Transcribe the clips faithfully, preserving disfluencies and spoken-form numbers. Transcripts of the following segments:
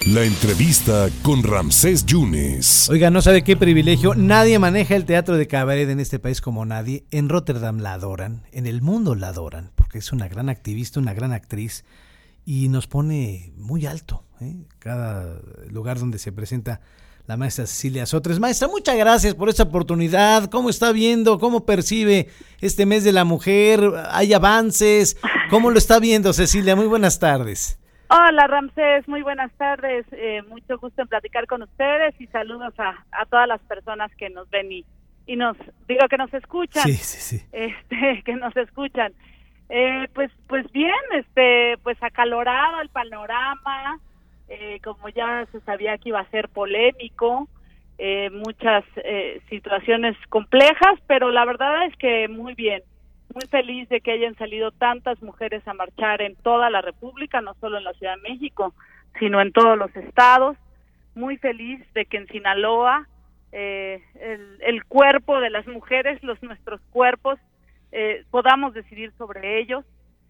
La entrevista con Ramsés Yunes. Oiga, no sabe qué privilegio. Nadie maneja el teatro de cabaret en este país como nadie. En Rotterdam la adoran, en el mundo la adoran, porque es una gran activista, una gran actriz y nos pone muy alto, ¿eh? Cada lugar donde se presenta la maestra Cecilia Sotres. Maestra, muchas gracias por esta oportunidad. ¿Cómo está viendo? ¿Cómo percibe este mes de la mujer? ¿Hay avances? ¿Cómo lo está viendo, Cecilia? Muy buenas tardes. Hola, Ramsés, muy buenas tardes, eh, mucho gusto en platicar con ustedes y saludos a, a todas las personas que nos ven y, y nos, digo que nos escuchan, sí, sí, sí. Este, que nos escuchan. Eh, pues, pues bien, este, pues acalorado el panorama, eh, como ya se sabía que iba a ser polémico, eh, muchas eh, situaciones complejas, pero la verdad es que muy bien. Muy feliz de que hayan salido tantas mujeres a marchar en toda la República, no solo en la Ciudad de México, sino en todos los estados. Muy feliz de que en Sinaloa eh, el, el cuerpo de las mujeres, los nuestros cuerpos, eh, podamos decidir sobre ellos.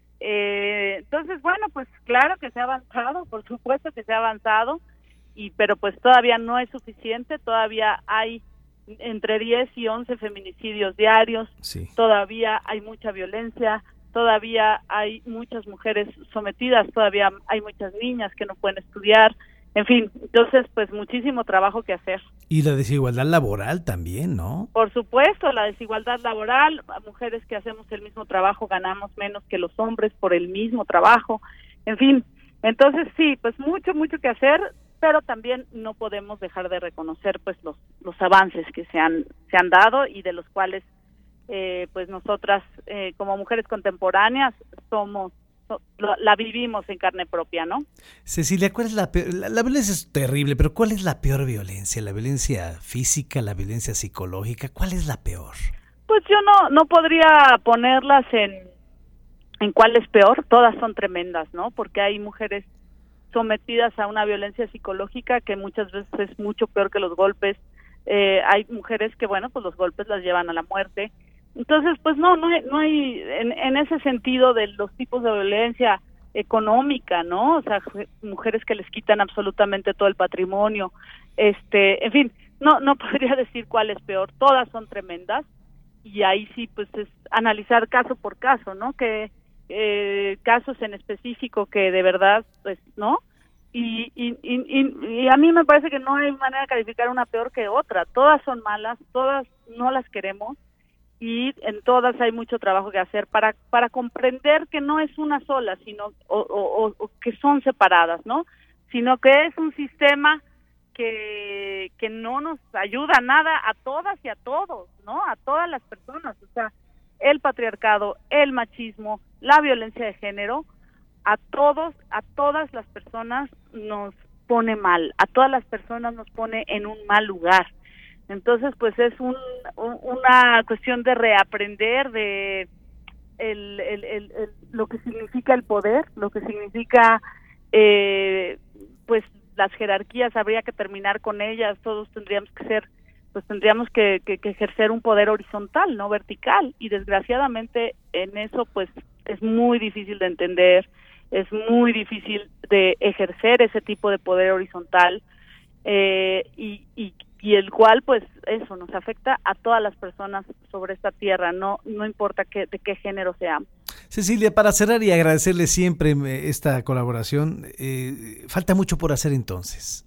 Eh, entonces, bueno, pues claro que se ha avanzado, por supuesto que se ha avanzado, y pero pues todavía no es suficiente, todavía hay entre diez y once feminicidios diarios, sí. Todavía hay mucha violencia, todavía hay muchas mujeres sometidas, todavía hay muchas niñas que no pueden estudiar, en fin, entonces pues muchísimo trabajo que hacer. Y la desigualdad laboral también, ¿no? Por supuesto, la desigualdad laboral, mujeres que hacemos el mismo trabajo ganamos menos que los hombres por el mismo trabajo, en fin, entonces sí, pues mucho, mucho que hacer, pero también no podemos dejar de reconocer pues los los avances que se han se han dado y de los cuales eh, pues nosotras eh, como mujeres contemporáneas somos so, la, la vivimos en carne propia, ¿no? Cecilia, ¿cuál es la peor? La, la violencia es terrible, pero ¿cuál es la peor violencia? ¿La violencia física, la violencia psicológica? ¿Cuál es la peor? Pues yo no no podría ponerlas en en cuál es peor, todas son tremendas, ¿no? Porque hay mujeres sometidas a una violencia psicológica que muchas veces es mucho peor que los golpes. Eh, hay mujeres que, bueno, pues los golpes las llevan a la muerte. Entonces, pues no, no hay, no hay en, en ese sentido de los tipos de violencia económica, ¿no? O sea, mujeres que les quitan absolutamente todo el patrimonio. Este, en fin, no, no podría decir cuál es peor. Todas son tremendas y ahí sí, pues es analizar caso por caso, ¿no? Que Eh, casos en específico que de verdad pues no y, y, y, y a mí me parece que no hay manera de calificar una peor que otra, todas son malas, todas no las queremos y en todas hay mucho trabajo que hacer para para comprender que no es una sola sino o, o, o que son separadas, ¿no? Sino que es un sistema que que no nos ayuda nada a todas y a todos, ¿no? A todas las personas, o sea, el patriarcado, el machismo, la violencia de género, a todos, a todas las personas nos pone mal, a todas las personas nos pone en un mal lugar. Entonces, pues es un, un una cuestión de reaprender de el, el, el, el, lo que significa el poder, lo que significa, eh, pues las jerarquías, habría que terminar con ellas, todos tendríamos que ser pues tendríamos que, que, que ejercer un poder horizontal, no vertical, y desgraciadamente en eso pues es muy difícil de entender, es muy difícil de ejercer ese tipo de poder horizontal, eh, y, y, y el cual pues eso nos afecta a todas las personas sobre esta tierra, no no importa que, de qué género seamos. Cecilia, para cerrar y agradecerle siempre esta colaboración, eh, falta mucho por hacer entonces.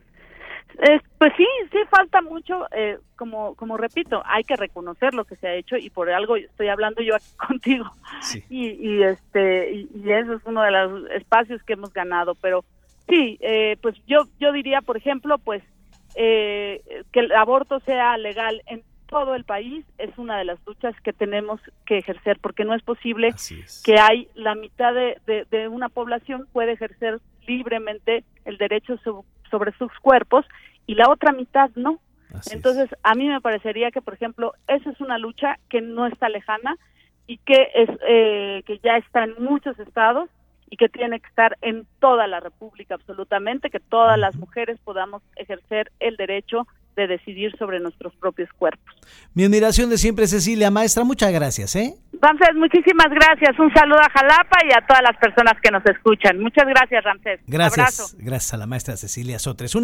Eh, pues sí, sí falta mucho, eh, como como repito, hay que reconocer lo que se ha hecho y por algo estoy hablando yo aquí contigo, sí. y, y este y, y eso es uno de los espacios que hemos ganado, pero sí, eh, pues yo yo diría, por ejemplo, pues eh, que el aborto sea legal en todo el país es una de las luchas que tenemos que ejercer, porque no es posible es. que hay la mitad de, de, de una población puede ejercer libremente el derecho sobre sobre sus cuerpos y la otra mitad no. Así Entonces, es. A mí me parecería que, por ejemplo, esa es una lucha que no está lejana y que es eh, que ya está en muchos estados y que tiene que estar en toda la República absolutamente, que todas uh-huh. las mujeres podamos ejercer el derecho de decidir sobre nuestros propios cuerpos. Mi admiración de siempre, Cecilia. Maestra, muchas gracias, ¿eh? Ramsés, muchísimas gracias. Un saludo a Jalapa y a todas las personas que nos escuchan. Muchas gracias, Ramsés. Gracias. Abrazo. Gracias a la maestra Cecilia Sotres.